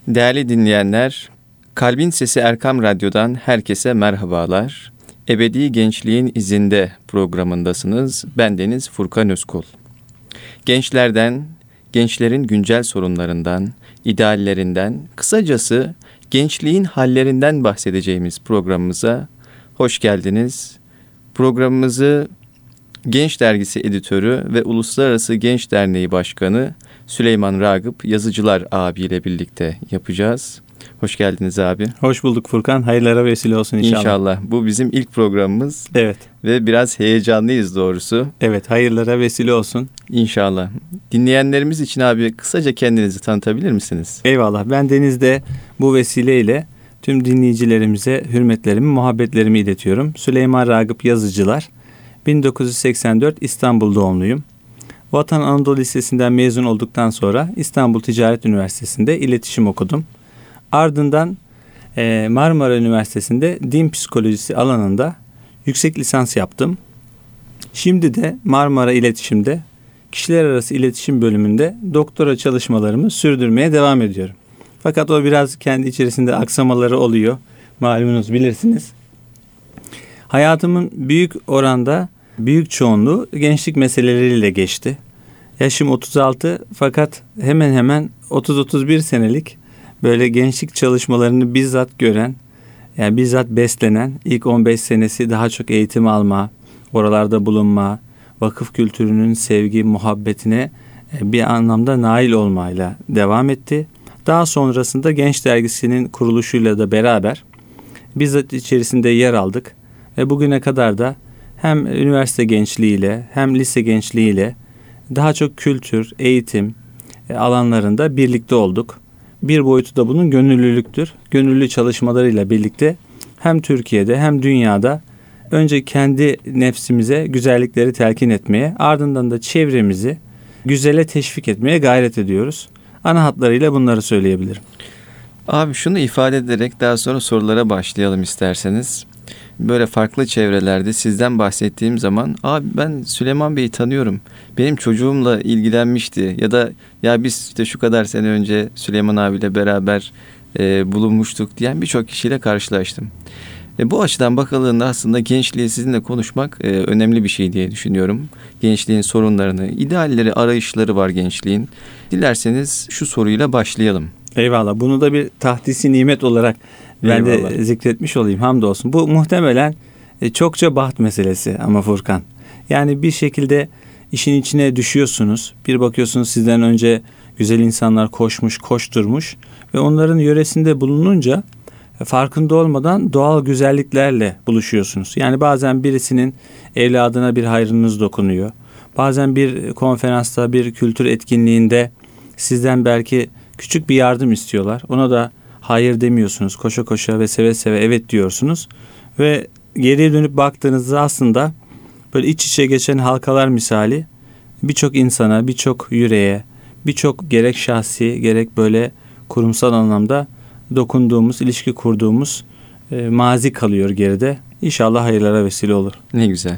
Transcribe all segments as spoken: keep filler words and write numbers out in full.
Değerli dinleyenler, Kalbin Sesi Erkam Radyo'dan herkese merhabalar. Ebedi Gençliğin İzinde programındasınız. Bendeniz Furkan Özkul. Gençlerden, gençlerin güncel sorunlarından, ideallerinden, kısacası gençliğin hallerinden bahsedeceğimiz programımıza hoş geldiniz. Programımızı Genç Dergisi Editörü ve Uluslararası Genç Derneği Başkanı Süleyman Ragıp Yazıcılar abiyle birlikte yapacağız. Hoş geldiniz abi. Hoş bulduk Furkan. Hayırlara vesile olsun inşallah. İnşallah. Bu bizim ilk programımız. Evet. Ve biraz heyecanlıyız doğrusu. Evet, hayırlara vesile olsun. İnşallah. Dinleyenlerimiz için abi kısaca kendinizi tanıtabilir misiniz? Eyvallah. Ben Deniz'de bu vesileyle tüm dinleyicilerimize hürmetlerimi, muhabbetlerimi iletiyorum. Süleyman Ragıp Yazıcılar. bin dokuz yüz seksen dört İstanbul doğumluyum. Vatan Anadolu Lisesi'nden mezun olduktan sonra İstanbul Ticaret Üniversitesi'nde iletişim okudum. Ardından e, Marmara Üniversitesi'nde din psikolojisi alanında yüksek lisans yaptım. Şimdi de Marmara İletişim'de kişiler arası iletişim bölümünde doktora çalışmalarımı sürdürmeye devam ediyorum. Fakat o biraz kendi içerisinde aksamaları oluyor. Malumunuz, bilirsiniz. Hayatımın büyük oranda büyük çoğunluğu gençlik meseleleriyle geçti. Yaşım otuz altı fakat hemen hemen otuz otuz bir senelik böyle gençlik çalışmalarını bizzat gören, yani bizzat beslenen, ilk on beş senesi daha çok eğitim alma, oralarda bulunma, vakıf kültürünün sevgi, muhabbetine bir anlamda nail olmayla devam etti. Daha sonrasında Genç Dergisi'nin kuruluşuyla da beraber bizzat içerisinde yer aldık ve bugüne kadar da hem üniversite gençliğiyle hem lise gençliğiyle daha çok kültür, eğitim alanlarında birlikte olduk. Bir boyutu da bunun gönüllülüktür. Gönüllü çalışmalarıyla birlikte hem Türkiye'de hem dünyada önce kendi nefsimize güzellikleri telkin etmeye, ardından da çevremizi güzele teşvik etmeye gayret ediyoruz. Ana hatlarıyla bunları söyleyebilirim. Abi şunu ifade ederek daha sonra sorulara başlayalım isterseniz. Böyle farklı çevrelerde sizden bahsettiğim zaman abi ben Süleyman Bey'i tanıyorum. Benim çocuğumla ilgilenmişti ya da ya biz işte şu kadar sene önce Süleyman abiyle beraber e, bulunmuştuk diyen birçok kişiyle karşılaştım. E, bu açıdan bakıldığında aslında gençliği sizinle konuşmak e, önemli bir şey diye düşünüyorum. Gençliğin sorunlarını, idealleri, arayışları var gençliğin. Dilerseniz şu soruyla başlayalım. Eyvallah. Bunu da bir tahdisi nimet olarak ben Eyvallah. de zikretmiş olayım. Hamdolsun. Bu muhtemelen e, çokça baht meselesi ama Furkan. Yani bir şekilde işin içine düşüyorsunuz. Bir bakıyorsunuz sizden önce güzel insanlar koşmuş, koşturmuş ve onların yöresinde bulununca e, farkında olmadan doğal güzelliklerle buluşuyorsunuz. Yani bazen birisinin evladına bir hayrınız dokunuyor. Bazen bir konferansta, bir kültür etkinliğinde sizden belki küçük bir yardım istiyorlar. Ona da hayır demiyorsunuz. Koşa koşa ve seve seve evet diyorsunuz. Ve geriye dönüp baktığınızda aslında böyle iç içe geçen halkalar misali birçok insana, birçok yüreğe, birçok gerek şahsi gerek böyle kurumsal anlamda dokunduğumuz, ilişki kurduğumuz e, mazi kalıyor geride. İnşallah hayırlara vesile olur. Ne güzel.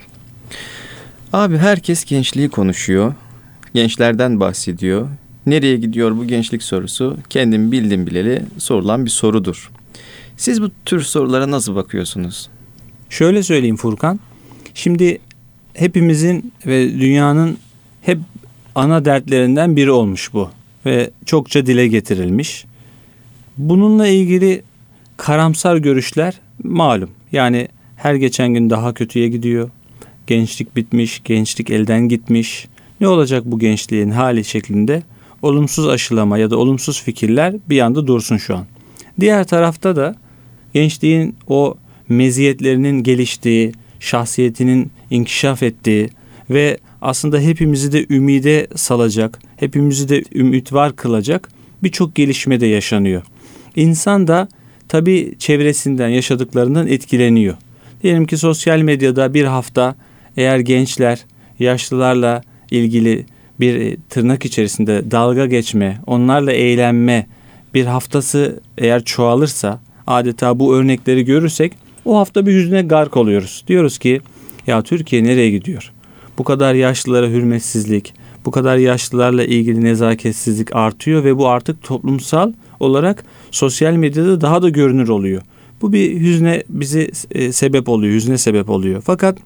Abi herkes gençliği konuşuyor. Gençlerden bahsediyor. Nereye gidiyor bu gençlik sorusu kendim bildim bileli sorulan bir sorudur. Siz bu tür sorulara nasıl bakıyorsunuz? Şöyle söyleyeyim Furkan. Şimdi hepimizin ve dünyanın hep ana dertlerinden biri olmuş bu. Ve çokça dile getirilmiş. Bununla ilgili karamsar görüşler malum. Yani her geçen gün daha kötüye gidiyor. Gençlik bitmiş, gençlik elden gitmiş. Ne olacak bu gençliğin hali şeklinde olumsuz aşılama ya da olumsuz fikirler bir yanda dursun şu an. Diğer tarafta da gençliğin o meziyetlerinin geliştiği, şahsiyetinin inkişaf ettiği ve aslında hepimizi de ümide salacak, hepimizi de ümit var kılacak birçok gelişme de yaşanıyor. İnsan da tabii çevresinden, yaşadıklarından etkileniyor. Diyelim ki sosyal medyada bir hafta eğer gençler yaşlılarla ilgili bir tırnak içerisinde dalga geçme, onlarla eğlenme bir haftası eğer çoğalırsa, adeta bu örnekleri görürsek o hafta bir hüzne gark oluyoruz. Diyoruz ki ya Türkiye nereye gidiyor? Bu kadar yaşlılara hürmetsizlik, Bu kadar yaşlılarla ilgili nezaketsizlik artıyor ve bu artık toplumsal olarak sosyal medyada daha da görünür oluyor. Bu bir hüzne bizi e, sebep oluyor, hüzne sebep oluyor. Fakat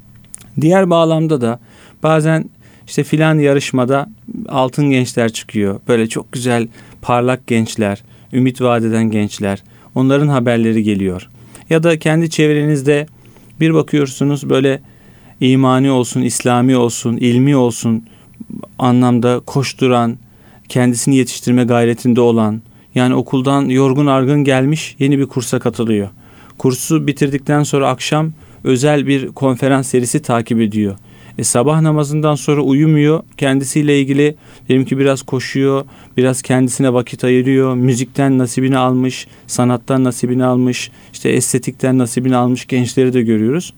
diğer bağlamda da bazen işte filan yarışmada altın gençler çıkıyor. Böyle çok güzel parlak gençler, ümit vaat eden gençler. Onların haberleri geliyor. Ya da kendi çevrenizde bir bakıyorsunuz böyle imani olsun, İslami olsun, ilmi olsun anlamda koşturan, kendisini yetiştirme gayretinde olan, yani okuldan yorgun argın gelmiş yeni bir kursa katılıyor. Kursu bitirdikten sonra akşam özel bir konferans serisi takip ediyor. E, sabah namazından sonra uyumuyor. Kendisiyle ilgili diyelim ki biraz koşuyor, biraz kendisine vakit ayırıyor. Müzikten nasibini almış, sanattan nasibini almış, işte estetikten nasibini almış gençleri de görüyoruz.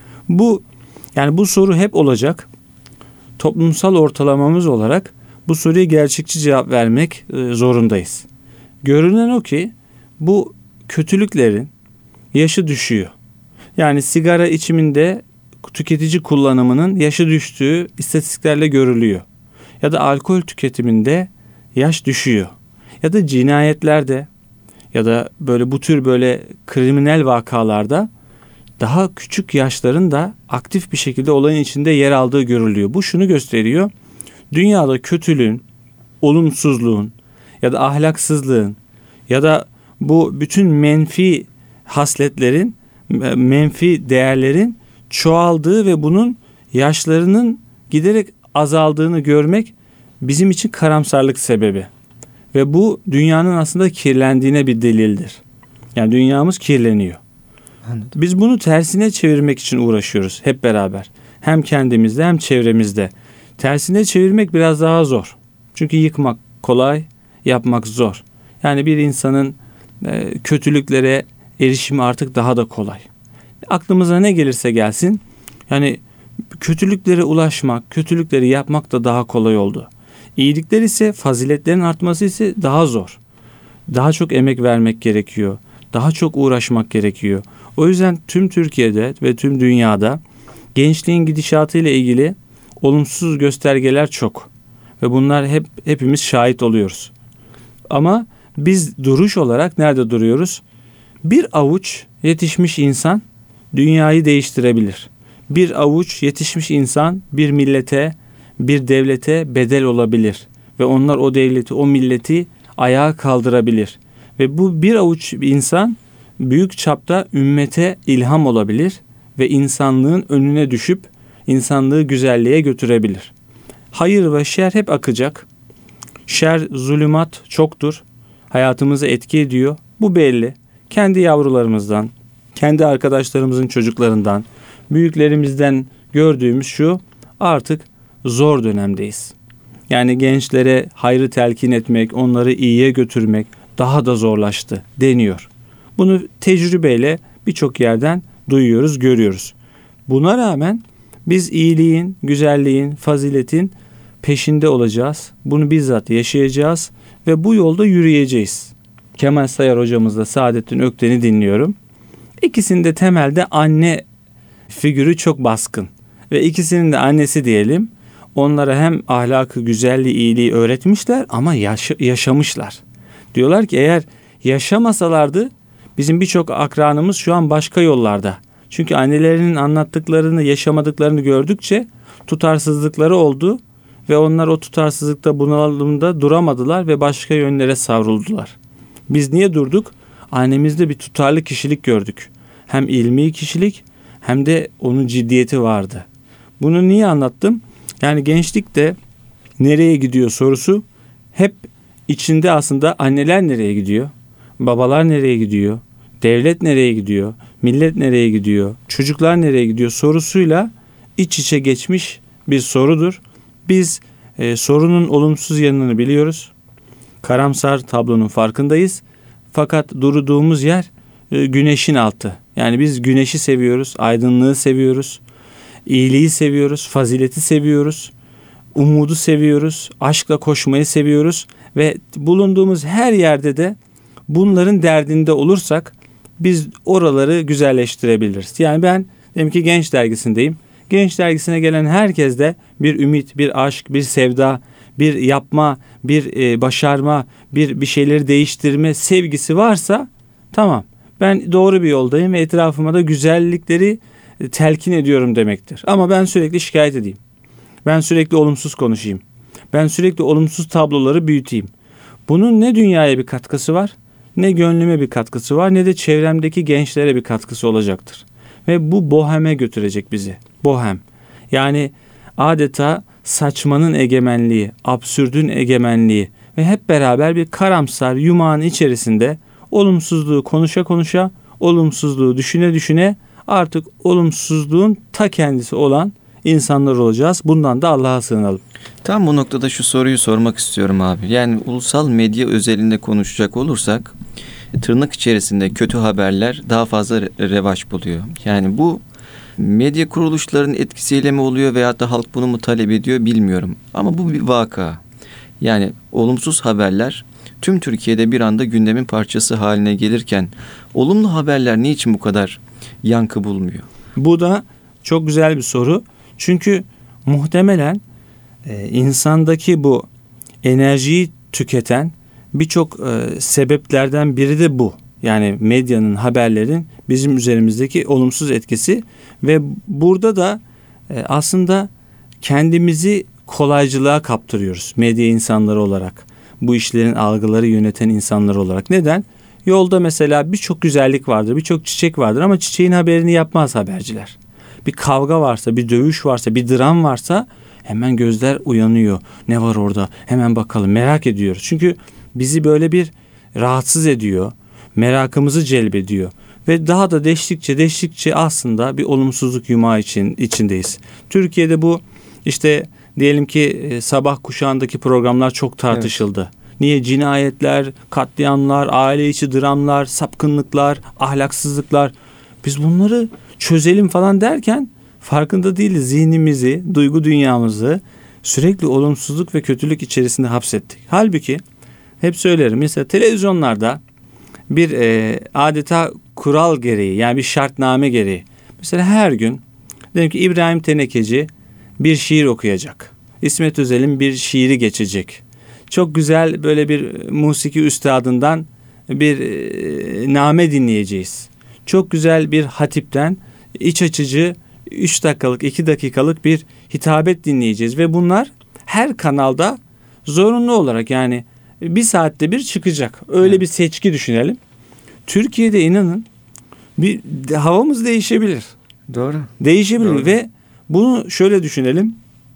Bu yani bu soru hep olacak. Toplumsal ortalamamız olarak bu soruya gerçekçi cevap vermek e, zorundayız. Görünen o ki bu kötülüklerin yaşı düşüyor. Yani sigara içiminde tüketici kullanımının yaşı düştüğü istatistiklerle görülüyor. Ya da alkol tüketiminde yaş düşüyor. Ya da cinayetlerde ya da böyle bu tür böyle kriminal vakalarda daha küçük yaşların da aktif bir şekilde olayın içinde yer aldığı görülüyor. Bu şunu gösteriyor. Dünyada kötülüğün, olumsuzluğun ya da ahlaksızlığın ya da bu bütün menfi hasletlerin, menfi değerlerin çoğaldığı ve bunun yaşlarının giderek azaldığını görmek bizim için karamsarlık sebebi. Ve bu dünyanın aslında kirlendiğine bir delildir. Yani dünyamız kirleniyor. Anladım. Biz bunu tersine çevirmek için uğraşıyoruz hep beraber. Hem kendimizde hem çevremizde. Tersine çevirmek biraz daha zor. Çünkü yıkmak kolay, yapmak zor. Yani bir insanın e, kötülüklere erişimi artık daha da kolay. Aklımıza ne gelirse gelsin, yani kötülüklere ulaşmak, kötülükleri yapmak da daha kolay oldu. İyilikler ise, faziletlerin artması ise daha zor. Daha çok emek vermek gerekiyor. Daha çok uğraşmak gerekiyor. O yüzden tüm Türkiye'de ve tüm dünyada gençliğin gidişatı ile ilgili olumsuz göstergeler çok. Ve bunlar hep hepimiz şahit oluyoruz. Ama biz duruş olarak nerede duruyoruz? Bir avuç yetişmiş insan dünyayı değiştirebilir. Bir avuç yetişmiş insan bir millete, bir devlete bedel olabilir. Ve onlar o devleti, o milleti ayağa kaldırabilir. Ve bu bir avuç insan büyük çapta ümmete ilham olabilir ve insanlığın önüne düşüp insanlığı güzelliğe götürebilir. Hayır ve şer hep akacak. Şer, zulümat çoktur. Hayatımıza etki ediyor. Bu belli. Kendi yavrularımızdan, kendi arkadaşlarımızın çocuklarından, büyüklerimizden gördüğümüz şu: artık zor dönemdeyiz. Yani gençlere hayrı telkin etmek, onları iyiye götürmek daha da zorlaştı deniyor. Bunu tecrübeyle birçok yerden duyuyoruz, görüyoruz. Buna rağmen biz iyiliğin, güzelliğin, faziletin peşinde olacağız. Bunu bizzat yaşayacağız ve bu yolda yürüyeceğiz. Kemal Sayar hocamızla Saadettin Ökten'i dinliyorum. İkisinde temelde anne figürü çok baskın. Ve ikisinin de annesi diyelim, onlara hem ahlakı, güzelliği, iyiliği öğretmişler ama yaş- yaşamışlar. Diyorlar ki eğer yaşamasalardı bizim birçok akranımız şu an başka yollarda. Çünkü annelerinin anlattıklarını, yaşamadıklarını gördükçe tutarsızlıkları oldu ve onlar o tutarsızlıkta, bunalımda duramadılar ve başka yönlere savruldular. Biz niye durduk? Annemizde bir tutarlı kişilik gördük. Hem ilmi kişilik hem de onun ciddiyeti vardı. Bunu niye anlattım? Yani gençlikte nereye gidiyor sorusu hep içinde aslında anneler nereye gidiyor? Babalar nereye gidiyor? Devlet nereye gidiyor? Millet nereye gidiyor? Çocuklar nereye gidiyor sorusuyla iç içe geçmiş bir sorudur. Biz e, sorunun olumsuz yanını biliyoruz. Karamsar tablonun farkındayız. Fakat durduğumuz yer e, güneşin altı. Yani biz güneşi seviyoruz, aydınlığı seviyoruz, iyiliği seviyoruz, fazileti seviyoruz, umudu seviyoruz, aşkla koşmayı seviyoruz ve bulunduğumuz her yerde de bunların derdinde olursak biz oraları güzelleştirebiliriz. Yani ben diyelim ki Genç Dergisi'ndeyim. Genç dergisine gelen herkes de bir ümit, bir aşk, bir sevda, bir yapma, bir e, başarma, bir bir şeyleri değiştirme sevgisi varsa tamam, ben doğru bir yoldayım ve etrafıma da güzellikleri e, telkin ediyorum demektir. Ama ben sürekli şikayet edeyim. Ben sürekli olumsuz konuşayım. Ben sürekli olumsuz tabloları büyüteyim. Bunun ne dünyaya bir katkısı var, ne gönlüme bir katkısı var, ne de çevremdeki gençlere bir katkısı olacaktır. Ve bu boheme götürecek bizi. Bohem. Yani adeta saçmanın egemenliği, absürdün egemenliği ve hep beraber bir karamsar yumağın içerisinde olumsuzluğu konuşa konuşa, olumsuzluğu düşüne düşüne artık olumsuzluğun ta kendisi olan insanlar olacağız. Bundan da Allah'a sığınalım. Tam bu noktada şu soruyu sormak istiyorum abi. Yani ulusal medya özelinde konuşacak olursak tırnak içerisinde kötü haberler daha fazla revaç buluyor. Yani bu medya kuruluşlarının etkisiyle mi oluyor veyahut da halk bunu mu talep ediyor bilmiyorum. Ama bu bir vaka. Yani olumsuz haberler tüm Türkiye'de bir anda gündemin parçası haline gelirken olumlu haberler niçin bu kadar yankı bulmuyor? Bu da çok güzel bir soru. Çünkü muhtemelen e, insandaki bu enerjiyi tüketen birçok e, sebeplerden biri de bu. Yani medyanın, haberlerin bizim üzerimizdeki olumsuz etkisi ve burada da e, aslında kendimizi kolaycılığa kaptırıyoruz medya insanları olarak. Bu işlerin algıları yöneten insanlar olarak. Neden? Yolda mesela birçok güzellik vardır, birçok çiçek vardır ama çiçeğin haberini yapmaz haberciler. Bir kavga varsa, bir dövüş varsa, bir dram varsa hemen gözler uyanıyor. Ne var orada? Hemen bakalım, merak ediyoruz. Çünkü bizi böyle bir rahatsız ediyor, merakımızı celbediyor ve daha da deştikçe deştikçe aslında bir olumsuzluk yumağı için içindeyiz. Türkiye'de bu işte diyelim ki sabah kuşağındaki programlar çok tartışıldı. Evet. Niye? Cinayetler, katliamlar, aile içi dramlar, sapkınlıklar, ahlaksızlıklar. Biz bunları çözelim falan derken farkında değiliz. Zihnimizi, duygu dünyamızı sürekli olumsuzluk ve kötülük içerisinde hapsettik. Halbuki hep söylerim, mesela televizyonlarda bir e, adeta kural gereği, yani bir şartname gereği. Mesela her gün diyelim ki İbrahim Tenekeci bir şiir okuyacak. İsmet Özel'in bir şiiri geçecek. Çok güzel böyle bir musiki üstadından bir e, name dinleyeceğiz. Çok güzel bir hatipten iç açıcı üç dakikalık, iki dakikalık bir hitabet dinleyeceğiz. Ve bunlar her kanalda zorunlu olarak, yani bir saatte bir çıkacak. Öyle evet. Bir seçki düşünelim. Türkiye'de inanın bir havamız değişebilir. Doğru. Değişebilir Doğru. Ve bunu şöyle düşünelim.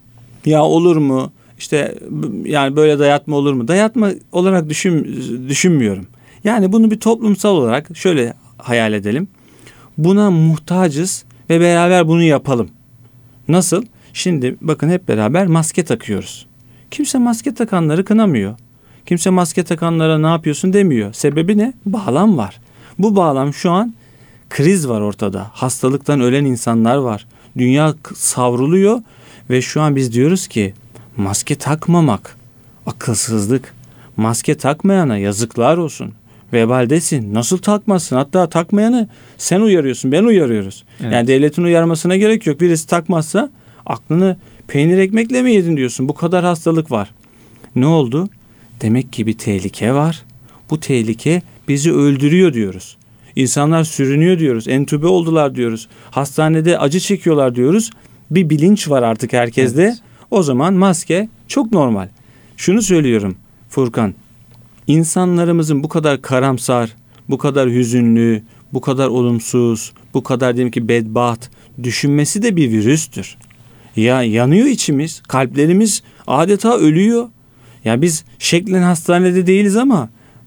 Ya olur mu? İşte yani böyle dayatma olur mu? Dayatma olarak düşün, düşünmüyorum. Yani bunu bir toplumsal olarak şöyle hayal edelim. Buna muhtacız ve beraber bunu yapalım. Nasıl? Şimdi bakın hep beraber maske takıyoruz. Kimse maske takanları kınamıyor. Kimse maske takanlara ne yapıyorsun demiyor. Sebebi ne? Bağlam var. Bu bağlam şu an kriz var ortada. Hastalıktan ölen insanlar var. Dünya savruluyor ve şu an biz diyoruz ki maske takmamak akılsızlık. Maske takmayana yazıklar olsun. Vebaldesin. Nasıl takmazsın? Hatta takmayanı sen uyarıyorsun. Ben uyarıyoruz. Evet. Yani devletin uyarmasına gerek yok. Birisi takmazsa aklını peynir ekmekle mi yedin diyorsun. Bu kadar hastalık var. Ne oldu? Demek ki bir tehlike var. Bu tehlike bizi öldürüyor diyoruz. İnsanlar sürünüyor diyoruz. Entübe oldular diyoruz. Hastanede acı çekiyorlar diyoruz. Bir bilinç var artık herkeste. Evet. O zaman maske çok normal. Şunu söylüyorum Furkan. İnsanlarımızın bu kadar karamsar, bu kadar hüzünlü, bu kadar olumsuz, bu kadar diyelim ki bedbaht düşünmesi de bir virüstür. Ya yanıyor içimiz, kalplerimiz adeta ölüyor. Ya biz şeklen hastanede değiliz ama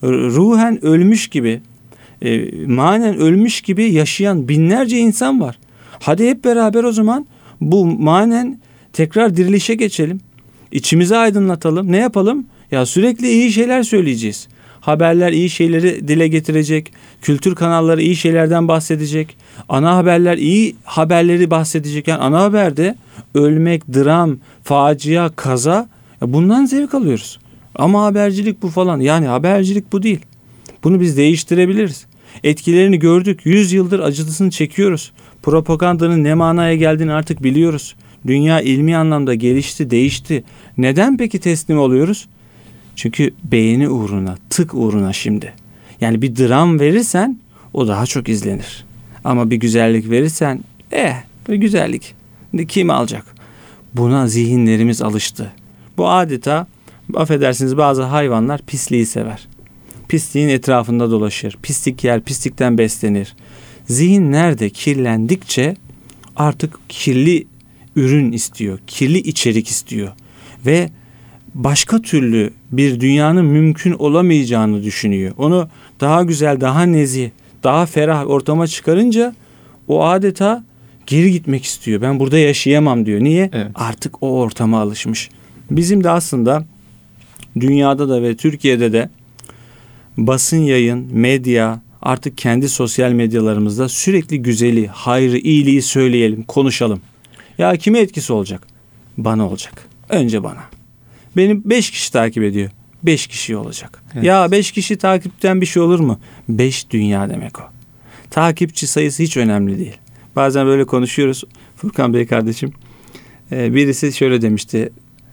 ruhen ölmüş gibi, e, manen ölmüş gibi yaşayan binlerce insan var. Hadi hep beraber o zaman bu manen tekrar dirilişe geçelim. İçimizi aydınlatalım. Ne yapalım? Ya sürekli iyi şeyler söyleyeceğiz. Haberler iyi şeyleri dile getirecek. Kültür kanalları iyi şeylerden bahsedecek. Ana haberler iyi haberleri bahsedecek. Yani ana haberde ölmek, dram, facia, kaza, ya bundan zevk alıyoruz. Ama habercilik bu falan. Yani habercilik bu değil. Bunu biz değiştirebiliriz. Etkilerini gördük. yüz yıldır acısını çekiyoruz. Propagandanın ne manaya geldiğini artık biliyoruz. Dünya ilmi anlamda gelişti, değişti. Neden peki teslim oluyoruz? Çünkü beğeni uğruna, tık uğruna şimdi. Yani bir dram verirsen o daha çok izlenir. Ama bir güzellik verirsen eh bir güzellik kim alacak? Buna zihinlerimiz alıştı. Bu adeta, affedersiniz, bazı hayvanlar pisliği sever. Pisliğin etrafında dolaşır. Pislik yer, pislikten beslenir. Zihin nerede kirlendikçe artık kirli ürün istiyor. Kirli içerik istiyor. Ve başka türlü bir dünyanın mümkün olamayacağını düşünüyor. Onu daha güzel, daha nezih, daha ferah ortama çıkarınca o adeta geri gitmek istiyor. Ben burada yaşayamam diyor. Niye? Evet. Artık o ortama alışmış. Bizim de aslında dünyada da ve Türkiye'de de basın, yayın, medya, artık kendi sosyal medyalarımızda sürekli güzeli, hayrı, iyiliği söyleyelim, konuşalım. Ya kime etkisi olacak? Bana olacak. Önce bana. Benim beş kişi takip ediyor. Beş kişi olacak. Evet. Ya beş kişi takipten bir şey olur mu? Beş dünya demek o. Takipçi sayısı hiç önemli değil. Bazen böyle konuşuyoruz. Furkan Bey kardeşim, birisi şöyle demişti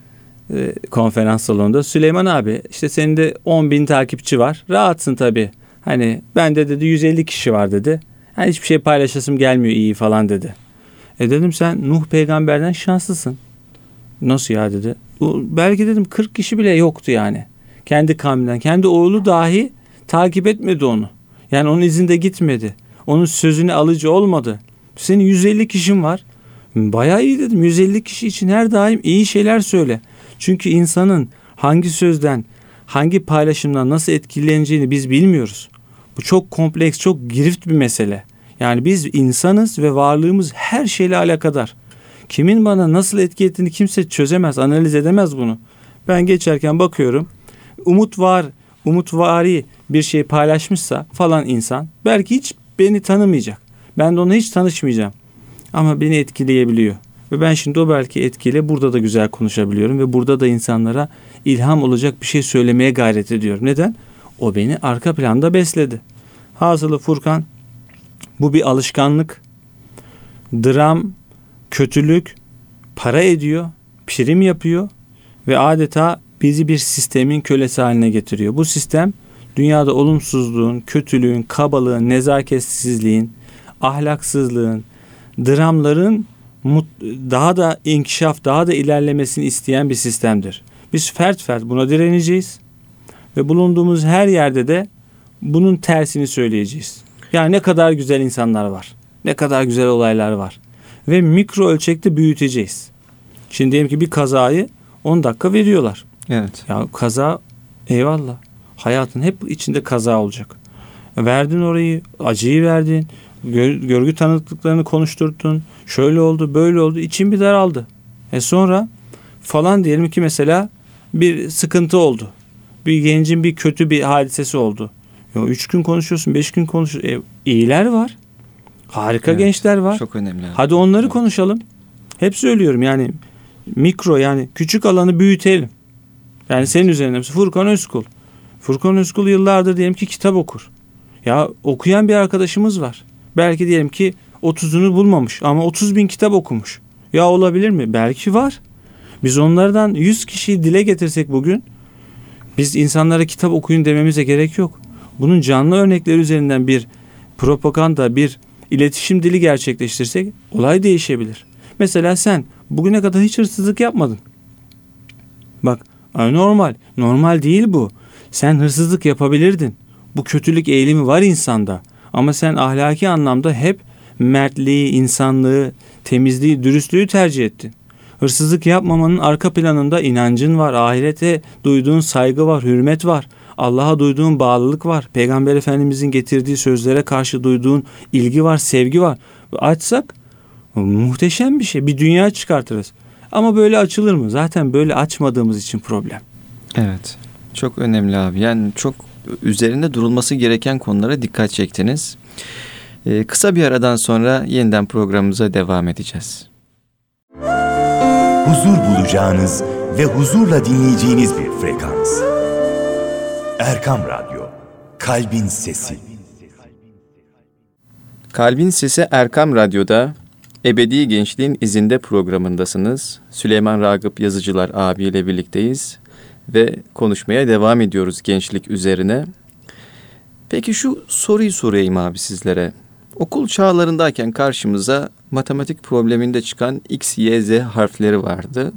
konferans salonunda. Süleyman abi, işte senin de on bin takipçi var. Rahatsın tabii. Hani bende dedi yüz elli kişi var dedi. Yani hiçbir şey paylaşasım gelmiyor iyi falan dedi. E dedim sen Nuh peygamberden şanslısın. Nasıl ya dedi. Belki dedim kırk kişi bile yoktu yani. Kendi kavminden. Kendi oğlu dahi takip etmedi onu. Yani onun izinde gitmedi. Onun sözüne alıcı olmadı. Senin yüz elli kişin var. Bayağı iyi dedim. yüz elli kişi için her daim iyi şeyler söyle. Çünkü insanın hangi sözden, hangi paylaşımdan nasıl etkileneceğini biz bilmiyoruz. Bu çok kompleks, çok girift bir mesele. Yani biz insanız ve varlığımız her şeyle alakadar. Kimin bana nasıl etki ettiğini kimse çözemez, analiz edemez bunu. Ben geçerken bakıyorum, umut var, umutvari bir şey paylaşmışsa falan insan, belki hiç beni tanımayacak. Ben de onunla hiç tanışmayacağım. Ama beni etkileyebiliyor. Ve ben şimdi o belki etkiyle burada da güzel konuşabiliyorum ve burada da insanlara ilham olacak bir şey söylemeye gayret ediyorum. Neden? O beni arka planda besledi. Hasılı Furkan, bu bir alışkanlık. Dram, kötülük para ediyor, prim yapıyor ve adeta bizi bir sistemin kölesi haline getiriyor. Bu sistem dünyada olumsuzluğun, kötülüğün, kabalığın, nezaketsizliğin, ahlaksızlığın, dramların daha da inkişaf, daha da ilerlemesini isteyen bir sistemdir. Biz fert fert buna direneceğiz ve bulunduğumuz her yerde de bunun tersini söyleyeceğiz. Yani ne kadar güzel insanlar var, ne kadar güzel olaylar var ve mikro ölçekte büyüteceğiz. Şimdi diyelim ki bir kazayı on dakika veriyorlar. Evet. Ya kaza eyvallah. Hayatın hep içinde kaza olacak. Verdin orayı, acıyı verdin, gör, görgü tanıklıklarını konuşturdun. Şöyle oldu, böyle oldu. İçin bir daraldı. E sonra falan diyelim ki mesela bir sıkıntı oldu. Bir gencin bir kötü bir hadisesi oldu. Ya üç gün konuşuyorsun, beş gün konuşuyorsun. E, iyiler var. Harika evet, gençler var. Çok önemli. Hadi onları evet. konuşalım. Hep söylüyorum yani mikro, yani küçük alanı büyütelim. Yani evet. Senin üzerinde Furkan Özkul. Furkan Özkul yıllardır diyelim ki kitap okur. Ya okuyan bir arkadaşımız var. Belki diyelim ki otuzunu bulmamış ama otuz bin kitap okumuş. Ya olabilir mi? Belki var. Biz onlardan yüz kişiyi dile getirsek bugün, biz insanlara kitap okuyun dememize gerek yok. Bunun canlı örnekleri üzerinden bir propaganda, bir iletişim dili gerçekleştirsek olay değişebilir. Mesela sen bugüne kadar hiç hırsızlık yapmadın. Bak, normal. Normal değil bu. Sen hırsızlık yapabilirdin. Bu kötülük eğilimi var insanda. Ama sen ahlaki anlamda hep mertliği, insanlığı, temizliği, dürüstlüğü tercih ettin. Hırsızlık yapmamanın arka planında inancın var, ahirete duyduğun saygı var, hürmet var. Allah'a duyduğun bağlılık var. Peygamber Efendimizin getirdiği sözlere karşı duyduğun ilgi var, sevgi var. Açsak muhteşem bir şey. Bir dünya çıkartırız. Ama böyle açılır mı? Zaten böyle açmadığımız için problem. Evet. Çok önemli abi. Yani çok üzerinde durulması gereken konulara dikkat çektiniz. Ee, kısa bir aradan sonra yeniden programımıza devam edeceğiz. Huzur bulacağınız ve huzurla dinleyeceğiniz bir frekans. Erkam Radyo, Kalbin Sesi. Kalbin Sesi Erkam Radyo'da Ebedi Gençliğin İzinde programındasınız. Süleyman Ragıp Yazıcılar abiyle birlikteyiz ve konuşmaya devam ediyoruz gençlik üzerine. Peki şu soruyu sorayım abi sizlere. Okul çağlarındayken karşımıza matematik probleminde çıkan X, Y, Z harfleri vardı.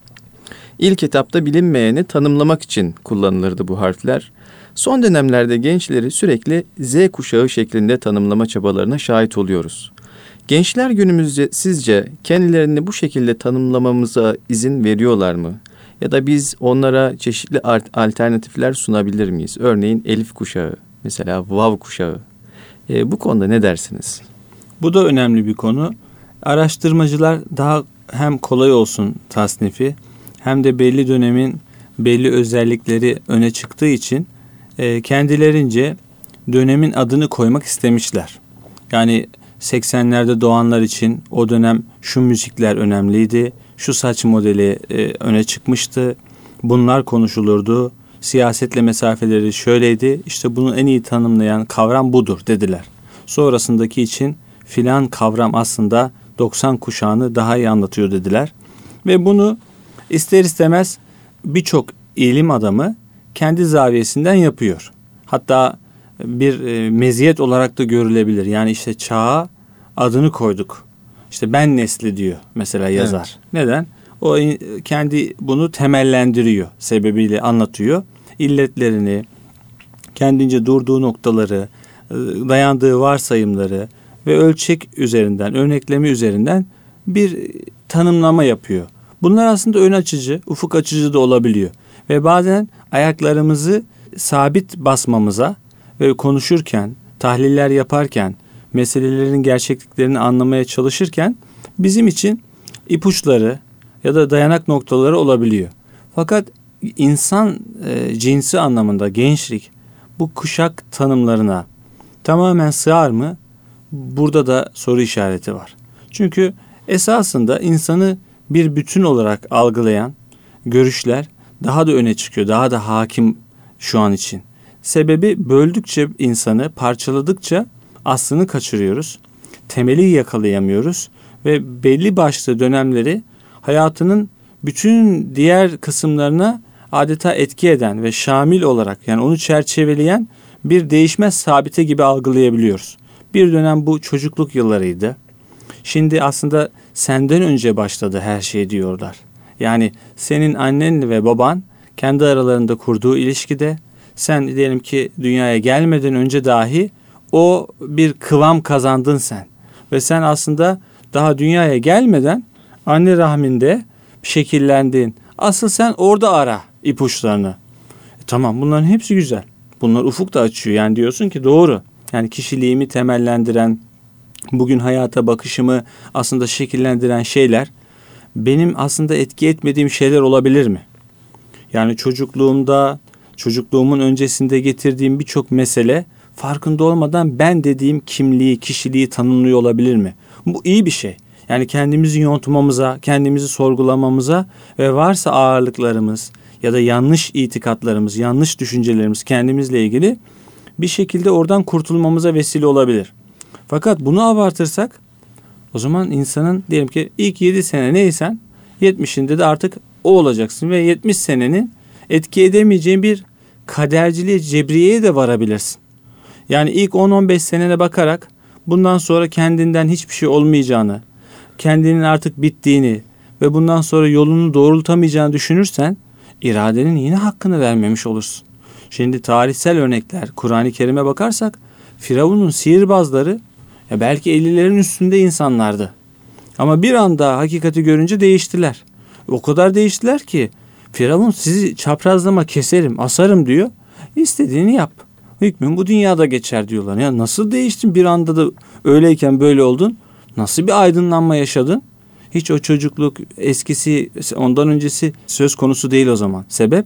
İlk etapta bilinmeyeni tanımlamak için kullanılırdı bu harfler. Son dönemlerde gençleri sürekli Z kuşağı şeklinde tanımlama çabalarına şahit oluyoruz. Gençler günümüzde sizce kendilerini bu şekilde tanımlamamıza izin veriyorlar mı? Ya da biz onlara çeşitli alternatifler sunabilir miyiz? Örneğin Elif kuşağı, mesela Vav kuşağı. E, bu konuda ne dersiniz? Bu da önemli bir konu. Araştırmacılar daha hem kolay olsun tasnifi hem de belli dönemin belli özellikleri öne çıktığı için e, kendilerince dönemin adını koymak istemişler. Yani seksenlerde doğanlar için o dönem şu müzikler önemliydi, şu saç modeli e, öne çıkmıştı, bunlar konuşulurdu, siyasetle mesafeleri şöyleydi, işte bunu en iyi tanımlayan kavram budur dediler. Sonrasındaki için filan kavram aslında doksan kuşağını daha iyi anlatıyor dediler. Ve bunu ister istemez birçok ilim adamı kendi zaviyesinden yapıyor. Hatta bir e, meziyet olarak da görülebilir. Yani işte çağa adını koyduk. İşte ben nesli diyor mesela yazar. Evet. Neden? O kendi bunu temellendiriyor, sebebiyle anlatıyor. İlletlerini, kendince durduğu noktaları, dayandığı varsayımları ve ölçek üzerinden, örnekleme üzerinden bir tanımlama yapıyor. Bunlar aslında ön açıcı, ufuk açıcı da olabiliyor. Ve bazen ayaklarımızı sabit basmamıza ve konuşurken, tahliller yaparken, meselelerin gerçekliklerini anlamaya çalışırken bizim için ipuçları ya da dayanak noktaları olabiliyor. Fakat insan e, cinsi anlamında gençlik bu kuşak tanımlarına tamamen sığar mı? Burada da soru işareti var. Çünkü esasında insanı bir bütün olarak algılayan görüşler daha da öne çıkıyor, daha da hakim şu an için. Sebebi böldükçe insanı, parçaladıkça aslını kaçırıyoruz. Temeli yakalayamıyoruz ve belli başlı dönemleri hayatının bütün diğer kısımlarına adeta etki eden ve şamil olarak, yani onu çerçeveleyen bir değişmez sabite gibi algılayabiliyoruz. Bir dönem bu çocukluk yıllarıydı. Şimdi aslında senden önce başladı her şey diyorlar. Yani senin annen ve baban kendi aralarında kurduğu ilişkide, sen diyelim ki dünyaya gelmeden önce dahi o bir kıvam kazandın sen. Ve sen aslında daha dünyaya gelmeden anne rahminde şekillendin. Asıl sen orada ara ipuçlarını. E tamam, bunların hepsi güzel. Bunlar ufuk da açıyor. Yani diyorsun ki doğru. Yani kişiliğimi temellendiren, bugün hayata bakışımı aslında şekillendiren şeyler benim aslında etki etmediğim şeyler olabilir mi? Yani çocukluğumda, çocukluğumun öncesinde getirdiğim birçok mesele farkında olmadan ben dediğim kimliği, kişiliği tanımlıyor olabilir mi? Bu iyi bir şey. Yani kendimizi yontmamıza, kendimizi sorgulamamıza ve varsa ağırlıklarımız ya da yanlış itikatlarımız, yanlış düşüncelerimiz kendimizle ilgili bir şekilde oradan kurtulmamıza vesile olabilir. Fakat bunu abartırsak o zaman insanın diyelim ki ilk yedi sene neysen yetmişinde de artık o olacaksın ve yetmiş senenin etki edemeyeceğin bir kaderciliğe, cebriyeye de varabilirsin. Yani ilk on on beş senene bakarak bundan sonra kendinden hiçbir şey olmayacağını, kendinin artık bittiğini ve bundan sonra yolunu doğrultamayacağını düşünürsen iradenin yine hakkını vermemiş olursun. Şimdi tarihsel örnekler, Kur'an-ı Kerim'e bakarsak Firavun'un sihirbazları ya belki ellilerin üstünde insanlardı. Ama bir anda hakikati görünce değiştiler. O kadar değiştiler ki Firavun sizi çaprazlama keserim, asarım diyor. İstediğini yap. Hükmün bu dünyada geçer diyorlar. Ya nasıl değiştin bir anda da öyleyken böyle oldun? Nasıl bir aydınlanma yaşadın? Hiç o çocukluk eskisi, ondan öncesi söz konusu değil o zaman. Sebep?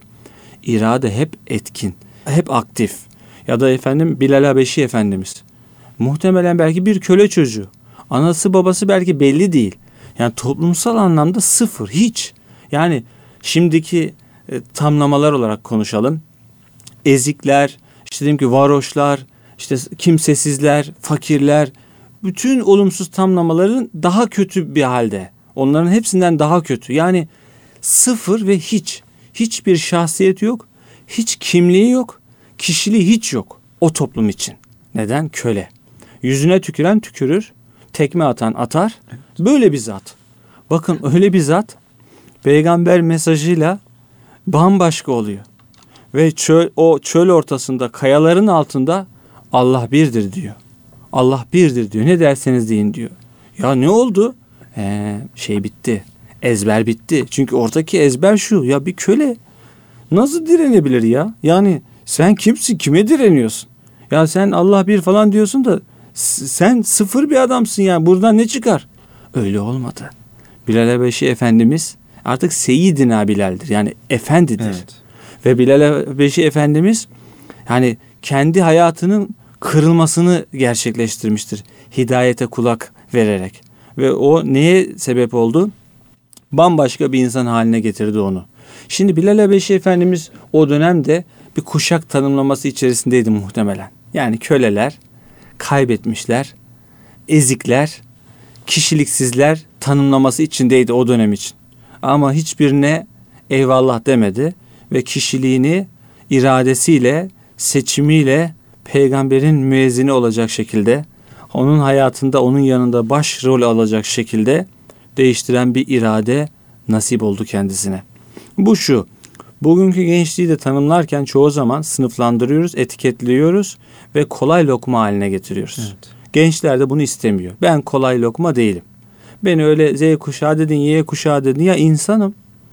İrade hep etkin, hep aktif. Ya da efendim Bilal Habeşi Efendimiz. Muhtemelen belki bir köle çocuğu. Anası babası belki belli değil. Yani toplumsal anlamda sıfır, hiç. Yani şimdiki e, tamlamalar olarak konuşalım. Ezikler, işte diyelim ki varoşlar, işte kimsesizler, fakirler, bütün olumsuz tamlamaların daha kötü bir halde. Onların hepsinden daha kötü. Yani sıfır ve hiç. Hiçbir şahsiyeti yok. Hiç kimliği yok. Kişiliği hiç yok o toplum için. Neden? Köle. Yüzüne tüküren tükürür. Tekme atan atar. Böyle bir zat. Bakın öyle bir zat peygamber mesajıyla bambaşka oluyor. Ve çöl, o çöl ortasında kayaların altında Allah birdir diyor. Allah birdir diyor. Ne derseniz deyin diyor. Ya ne oldu? Ee, şey bitti. Ezber bitti. Çünkü oradaki ezber şu. Ya bir köle nasıl direnebilir ya? Yani sen kimsin? Kime direniyorsun? Ya sen Allah bir falan diyorsun da sen sıfır bir adamsın yani. Buradan ne çıkar? Öyle olmadı. Bilal Habeşi Efendimiz artık Seyyidina Bilal'dir. Yani efendidir. Evet. Ve Bilal Habeşi Efendimiz yani kendi hayatının kırılmasını gerçekleştirmiştir. Hidayete kulak vererek. Ve o neye sebep oldu? Bambaşka bir insan haline getirdi onu. Şimdi Bilal Habeşi Efendimiz o dönemde bir kuşak tanımlaması içerisindeydi muhtemelen. Yani köleler, kaybetmişler, ezikler, kişiliksizler tanımlaması içindeydi o dönem için. Ama hiçbirine eyvallah demedi ve kişiliğini iradesiyle, seçimiyle peygamberin müezzini olacak şekilde, onun hayatında, onun yanında başrol alacak şekilde değiştiren bir irade nasip oldu kendisine. Bu şu, bugünkü gençliği de tanımlarken çoğu zaman sınıflandırıyoruz, etiketliyoruz ve kolay lokma haline getiriyoruz. Evet. Gençler de bunu istemiyor. Ben kolay lokma değilim. Beni öyle Z kuşağı dedin, Y kuşağı dedin. Ya insanım.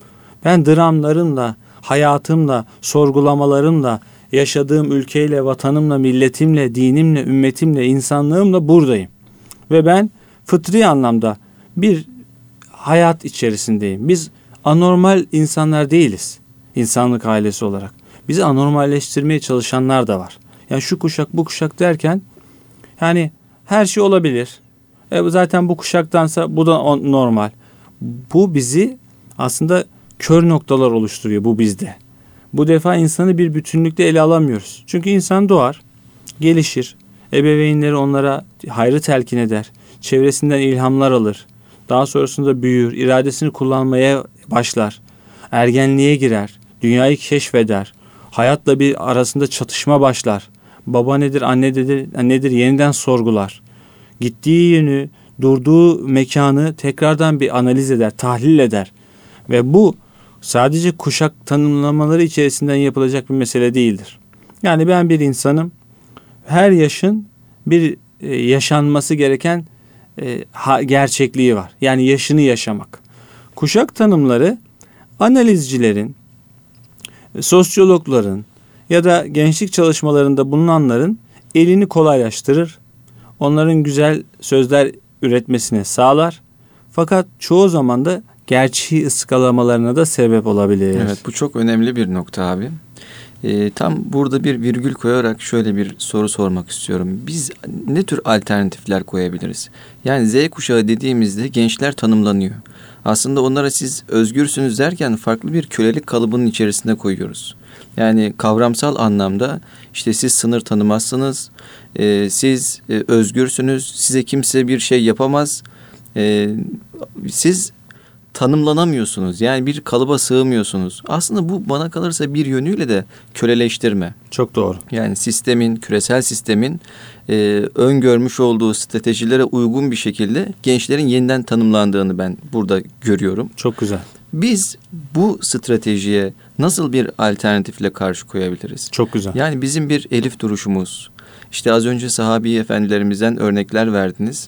Ben dramlarımla, hayatımla, sorgulamalarımla, yaşadığım ülkeyle, vatanımla, milletimle, dinimle, ümmetimle, insanlığımla buradayım. Ve ben fıtri anlamda bir hayat içerisindeyim. Biz anormal insanlar değiliz. İnsanlık ailesi olarak. Bizi anormalleştirmeye çalışanlar da var. Yani şu kuşak, bu kuşak derken yani her şey olabilir. E zaten bu kuşaktansa bu da normal. Bu bizi aslında kör noktalar oluşturuyor bu bizde. Bu defa insanı bir bütünlükte ele alamıyoruz. Çünkü insan doğar, gelişir. Ebeveynleri onlara hayrı telkin eder. Çevresinden ilhamlar alır. Daha sonrasında büyür, iradesini kullanmaya başlar. Ergenliğe girer, dünyayı keşfeder. Hayatla bir arasında çatışma başlar. Baba nedir, anne nedir, nedir yeniden sorgular. Gittiği yönü, durduğu mekanı tekrardan bir analiz eder, tahlil eder. Ve bu sadece kuşak tanımlamaları içerisinden yapılacak bir mesele değildir. Yani ben bir insanım, her yaşın bir e, yaşanması gereken e, ha, gerçekliği var. Yani yaşını yaşamak. Kuşak tanımları analizcilerin, sosyologların ya da gençlik çalışmalarında bulunanların elini kolaylaştırır. Onların güzel sözler üretmesine sağlar. Fakat çoğu zaman da gerçeği ıskalamalarına da sebep olabilir. Evet, bu çok önemli bir nokta abi. Ee, tam burada bir virgül koyarak şöyle bir soru sormak istiyorum. Biz ne tür alternatifler koyabiliriz? Yani Z kuşağı dediğimizde gençler tanımlanıyor. Aslında onlara siz özgürsünüz derken farklı bir kölelik kalıbının içerisinde koyuyoruz. Yani kavramsal anlamda işte siz sınır tanımazsınız, e, siz e, özgürsünüz, size kimse bir şey yapamaz, e, siz tanımlanamıyorsunuz. Yani bir kalıba sığmıyorsunuz. Aslında bu bana kalırsa bir yönüyle de köleleştirme. Çok doğru. Yani sistemin, küresel sistemin e, öngörmüş olduğu stratejilere uygun bir şekilde gençlerin yeniden tanımlandığını ben burada görüyorum. Çok güzel. Biz bu stratejiye nasıl bir alternatifle karşı koyabiliriz? Çok güzel. Yani bizim bir elif duruşumuz. İşte az önce sahabi efendilerimizden örnekler verdiniz.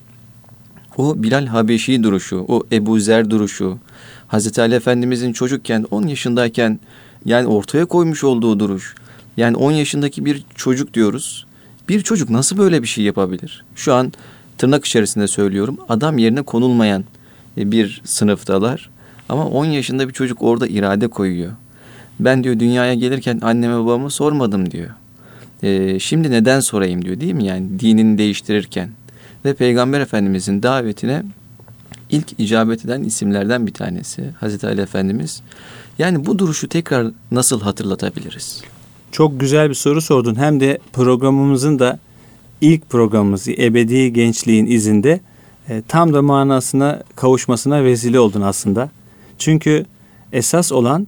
O Bilal Habeşi duruşu, o Ebu Zer duruşu, Hazreti Ali Efendimizin çocukken on yaşındayken yani ortaya koymuş olduğu duruş. Yani on yaşındaki bir çocuk diyoruz. Bir çocuk nasıl böyle bir şey yapabilir? Şu an tırnak içerisinde söylüyorum. Adam yerine konulmayan bir sınıftalar. Ama on yaşında bir çocuk orada irade koyuyor. Ben diyor dünyaya gelirken anneme babamı sormadım diyor. Ee, şimdi neden sorayım diyor, değil mi? Yani dinini değiştirirken. Ve Peygamber Efendimizin davetine ilk icabet eden isimlerden bir tanesi Hazreti Ali Efendimiz. Yani bu duruşu tekrar nasıl hatırlatabiliriz? Çok güzel bir soru sordun. Hem de programımızın da ilk programımız ebedi gençliğin izinde e, tam da manasına kavuşmasına vesile oldun aslında. Çünkü esas olan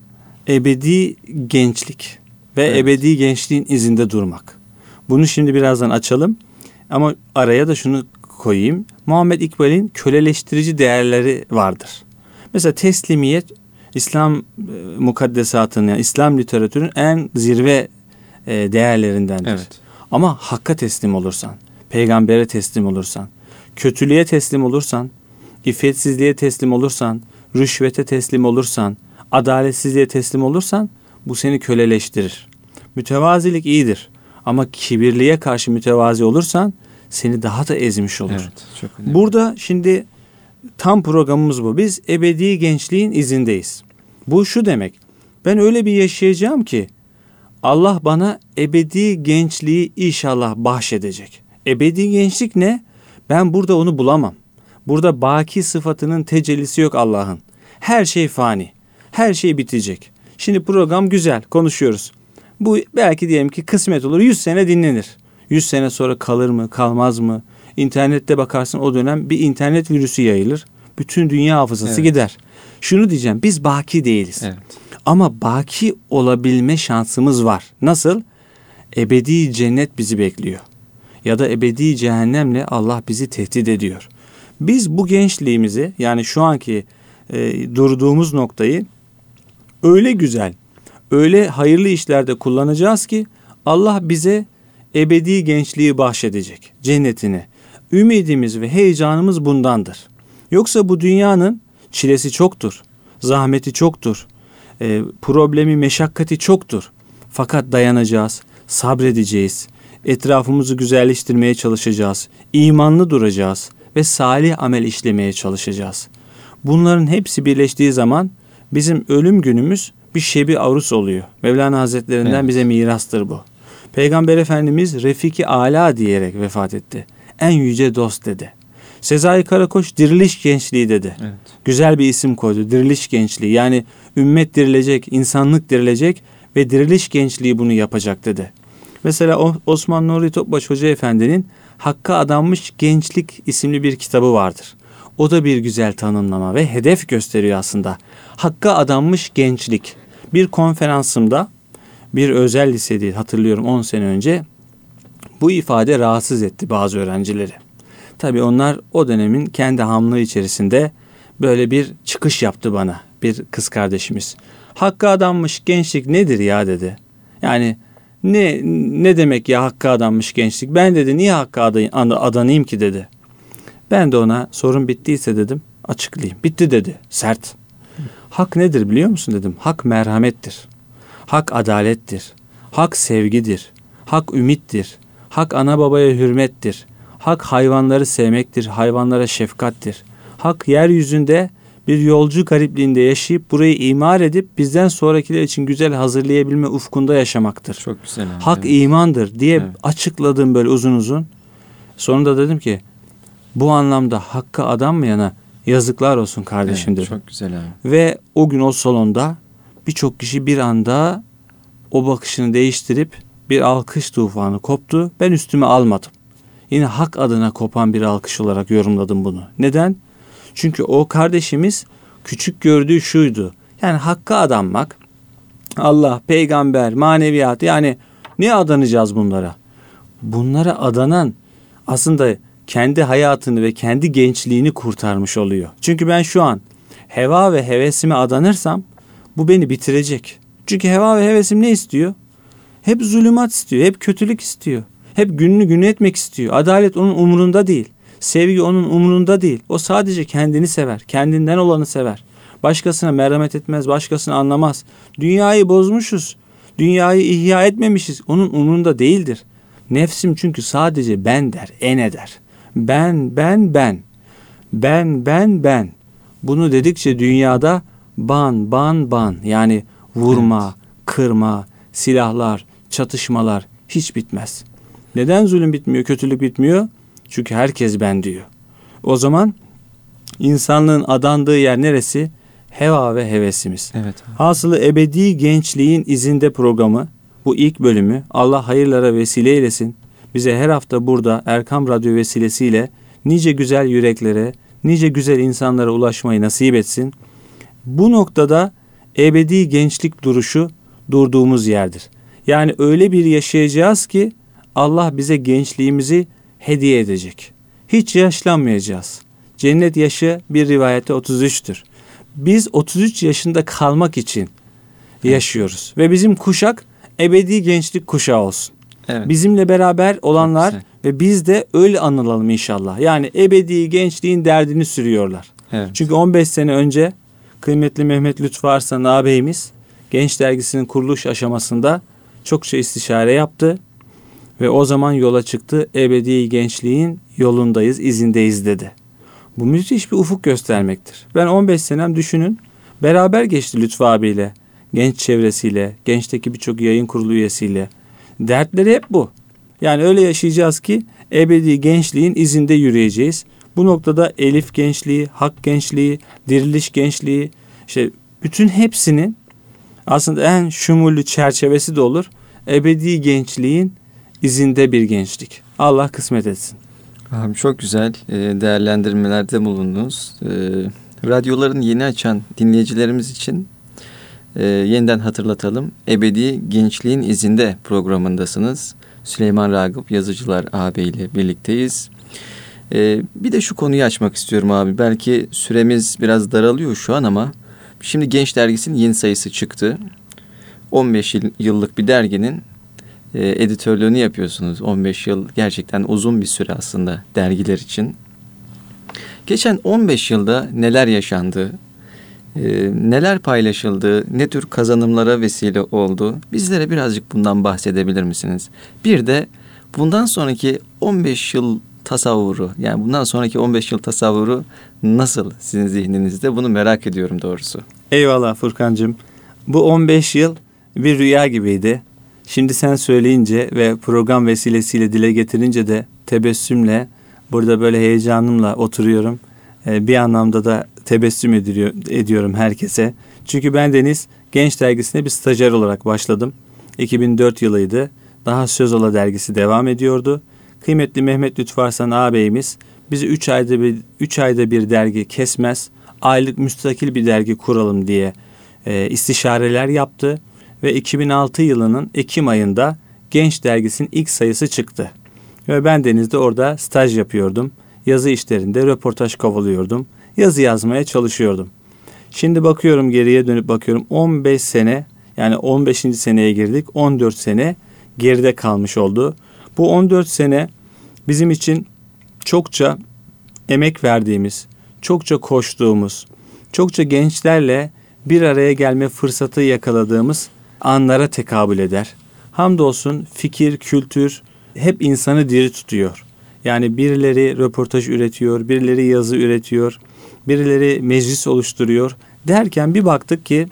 ebedi gençlik ve evet. ebedi gençliğin izinde durmak. Bunu şimdi birazdan açalım ama araya da şunu koyayım. Muhammed İkbal'in köleleştirici değerleri vardır. Mesela teslimiyet İslam mukaddesatının, yani İslam literatürünün en zirve e, değerlerindendir. Evet. Ama hakka teslim olursan, peygambere teslim olursan, kötülüğe teslim olursan, iffetsizliğe teslim olursan, rüşvete teslim olursan, adaletsizliğe teslim olursan bu seni köleleştirir. Mütevazilik iyidir ama kibirliğe karşı mütevazi olursan seni daha da ezmiş olur. Evet, çok önemli. Burada şimdi tam programımız bu. Biz ebedi gençliğin izindeyiz. Bu şu demek. Ben öyle bir yaşayacağım ki Allah bana ebedi gençliği inşallah bahşedecek. Ebedi gençlik ne? Ben burada onu bulamam. Burada baki sıfatının tecellisi yok Allah'ın. Her şey fani. Her şey bitecek. Şimdi program güzel, konuşuyoruz. Bu belki diyelim ki kısmet olur, yüz sene dinlenir. yüz sene sonra kalır mı, kalmaz mı? İnternette bakarsın, o dönem bir internet virüsü yayılır. Bütün dünya hafızası evet. gider. Şunu diyeceğim, biz baki değiliz. Evet. Ama baki olabilme şansımız var. Nasıl? Ebedi cennet bizi bekliyor. Ya da ebedi cehennemle Allah bizi tehdit ediyor. Biz bu gençliğimizi, yani şu anki e, durduğumuz noktayı öyle güzel, öyle hayırlı işlerde kullanacağız ki Allah bize ebedi gençliği bahşedecek, cennetini. Ümidimiz ve heyecanımız bundandır. Yoksa bu dünyanın çilesi çoktur, zahmeti çoktur, e, problemi, meşakkati çoktur. Fakat dayanacağız, sabredeceğiz, etrafımızı güzelleştirmeye çalışacağız, imanlı duracağız ve salih amel işlemeye çalışacağız. Bunların hepsi birleştiği zaman bizim ölüm günümüz bir şebi arus oluyor. Mevlana Hazretlerinden evet. bize mirastır bu. Peygamber Efendimiz Refiki Ala diyerek vefat etti. En yüce dost dedi. Sezai Karakoç diriliş gençliği dedi. Evet. Güzel bir isim koydu. Diriliş gençliği. Yani ümmet dirilecek, insanlık dirilecek ve diriliş gençliği bunu yapacak dedi. Mesela Osman Nuri Topbaş Hoca Efendi'nin Hakka Adanmış Gençlik isimli bir kitabı vardır. O da bir güzel tanımlama ve hedef gösteriyor aslında. Hakka adanmış gençlik. Bir konferansımda bir özel lisede hatırlıyorum on sene önce bu ifade rahatsız etti bazı öğrencileri. Tabii onlar o dönemin kendi hamlığı içerisinde böyle bir çıkış yaptı bana bir kız kardeşimiz. Hakka adanmış gençlik nedir ya dedi. Yani ne ne demek ya hakka adanmış gençlik? Ben dedi niye hakka adanayım ki dedi. Ben de ona sorun bittiyse dedim açıklayayım. Bitti dedi sert. Hak nedir biliyor musun dedim. Hak merhamettir. Hak adalettir. Hak sevgidir. Hak ümittir. Hak ana babaya hürmettir. Hak hayvanları sevmektir. Hayvanlara şefkattir. Hak yeryüzünde bir yolcu garipliğinde yaşayıp burayı imar edip bizden sonrakiler için güzel hazırlayabilme ufkunda yaşamaktır. Çok güzel. Abi. Hak evet. imandır diye evet. açıkladım böyle uzun uzun. Sonunda dedim ki bu anlamda hakka adanmayana yazıklar olsun kardeşim evet, dedim. Çok güzel abi. Ve o gün o salonda birçok kişi bir anda o bakışını değiştirip bir alkış tufanı koptu. Ben üstüme almadım. Yine hak adına kopan bir alkış olarak yorumladım bunu. Neden? Çünkü o kardeşimiz küçük gördüğü şuydu. Yani hakka adanmak, Allah, peygamber, maneviyat, yani niye adanacağız bunlara? Bunlara adanan aslında kendi hayatını ve kendi gençliğini kurtarmış oluyor. Çünkü ben şu an heva ve hevesime adanırsam bu beni bitirecek. Çünkü heva ve hevesim ne istiyor? Hep zulümat istiyor, hep kötülük istiyor. Hep gününü günü etmek istiyor. Adalet onun umurunda değil. Sevgi onun umurunda değil. O sadece kendini sever. Kendinden olanı sever. Başkasına merhamet etmez. Başkasını anlamaz. Dünyayı bozmuşuz. Dünyayı ihya etmemişiz. Onun umurunda değildir. Nefsim çünkü sadece ben der. Ene der. Ben, ben, ben. Ben, ben, ben. Bunu dedikçe dünyada ban, ban, ban. Yani vurma, evet. kırma, silahlar, çatışmalar hiç bitmez. Neden zulüm bitmiyor, kötülük bitmiyor? Çünkü herkes ben diyor. O zaman insanlığın adandığı yer neresi? Heva ve hevesimiz. Evet. Hasılı ebedi gençliğin izinde programı, bu ilk bölümü Allah hayırlara vesile eylesin. bize her hafta burada Erkam Radyo vesilesiyle nice güzel yüreklere, nice güzel insanlara ulaşmayı nasip etsin. Bu noktada ebedi gençlik duruşu durduğumuz yerdir. Yani öyle bir yaşayacağız ki Allah bize gençliğimizi hediye edecek. Hiç yaşlanmayacağız. Cennet yaşı bir rivayette otuz üçtür. Biz otuz üç yaşında kalmak için yaşıyoruz. Ve bizim kuşak ebedi gençlik kuşağı olsun. Evet. Bizimle beraber olanlar ve biz de öyle anılalım inşallah. Yani ebedi gençliğin derdini sürüyorlar. Evet. Çünkü on beş sene önce kıymetli Mehmet Lütfü Arslan ağabeyimiz Genç Dergisi'nin kuruluş aşamasında çokça istişare yaptı. Ve o zaman yola çıktı. Ebedi gençliğin yolundayız, izindeyiz dedi. Bu müthiş bir ufuk göstermektir. Ben on beş senem düşünün beraber geçti Lütfü abiyle, genç çevresiyle, gençteki birçok yayın kurulu üyesiyle. Dertleri hep bu. Yani öyle yaşayacağız ki ebedi gençliğin izinde yürüyeceğiz. Bu noktada Elif gençliği, Hak gençliği, Diriliş gençliği, işte bütün hepsinin aslında en şumulü çerçevesi de olur. Ebedi gençliğin izinde bir gençlik. Allah kısmet etsin. Abi çok güzel değerlendirmelerde bulundunuz. Radyoların yeni açan dinleyicilerimiz için yeniden hatırlatalım. Ebedi Gençliğin İzinde programındasınız. Süleyman Ragıp Yazıcılar ağabeyle birlikteyiz. Bir de şu konuyu açmak istiyorum abi. Belki süremiz biraz daralıyor şu an ama şimdi Genç Dergisi'nin yeni sayısı çıktı. on beş yıllık bir derginin editörlüğünü yapıyorsunuz. on beş yıl gerçekten uzun bir süre aslında dergiler için. Geçen on beş yılda neler yaşandı, e, neler paylaşıldı, ne tür kazanımlara vesile oldu? Bizlere birazcık bundan bahsedebilir misiniz? Bir de bundan sonraki on beş yıl tasavvuru, yani bundan sonraki on beş yıl tasavvuru nasıl sizin zihninizde? Bunu merak ediyorum doğrusu. Eyvallah Furkancığım. Bu on beş yıl bir rüya gibiydi. Şimdi sen söyleyince ve program vesilesiyle dile getirince de tebessümle burada böyle heyecanımla oturuyorum. Ee, bir anlamda da tebessüm ediyor, ediyorum herkese. Çünkü ben Deniz Genç Dergisi'ne bir stajyer olarak başladım. iki bin dört yılıydı. Daha Sözola dergisi devam ediyordu. Kıymetli Mehmet Lütfü Arslan ağabeyimiz bizi üç ayda bir üç ayda bir dergi kesmez, aylık müstakil bir dergi kuralım diye e, istişareler yaptı. Ve iki bin altı yılının Ekim ayında Genç Dergisi'nin ilk sayısı çıktı. Ve ben Deniz'de orada staj yapıyordum. Yazı işlerinde röportaj kovalıyordum. Yazı yazmaya çalışıyordum. Şimdi bakıyorum, geriye dönüp bakıyorum. on beş sene, yani on beşinci seneye girdik. on dört sene geride kalmış oldu. Bu on dört sene bizim için çokça emek verdiğimiz, çokça koştuğumuz, çokça gençlerle bir araya gelme fırsatı yakaladığımız anlara tekabül eder. Hamdolsun fikir, kültür hep insanı diri tutuyor. Yani birileri röportaj üretiyor, birileri yazı üretiyor, birileri meclis oluşturuyor. Derken bir baktık ki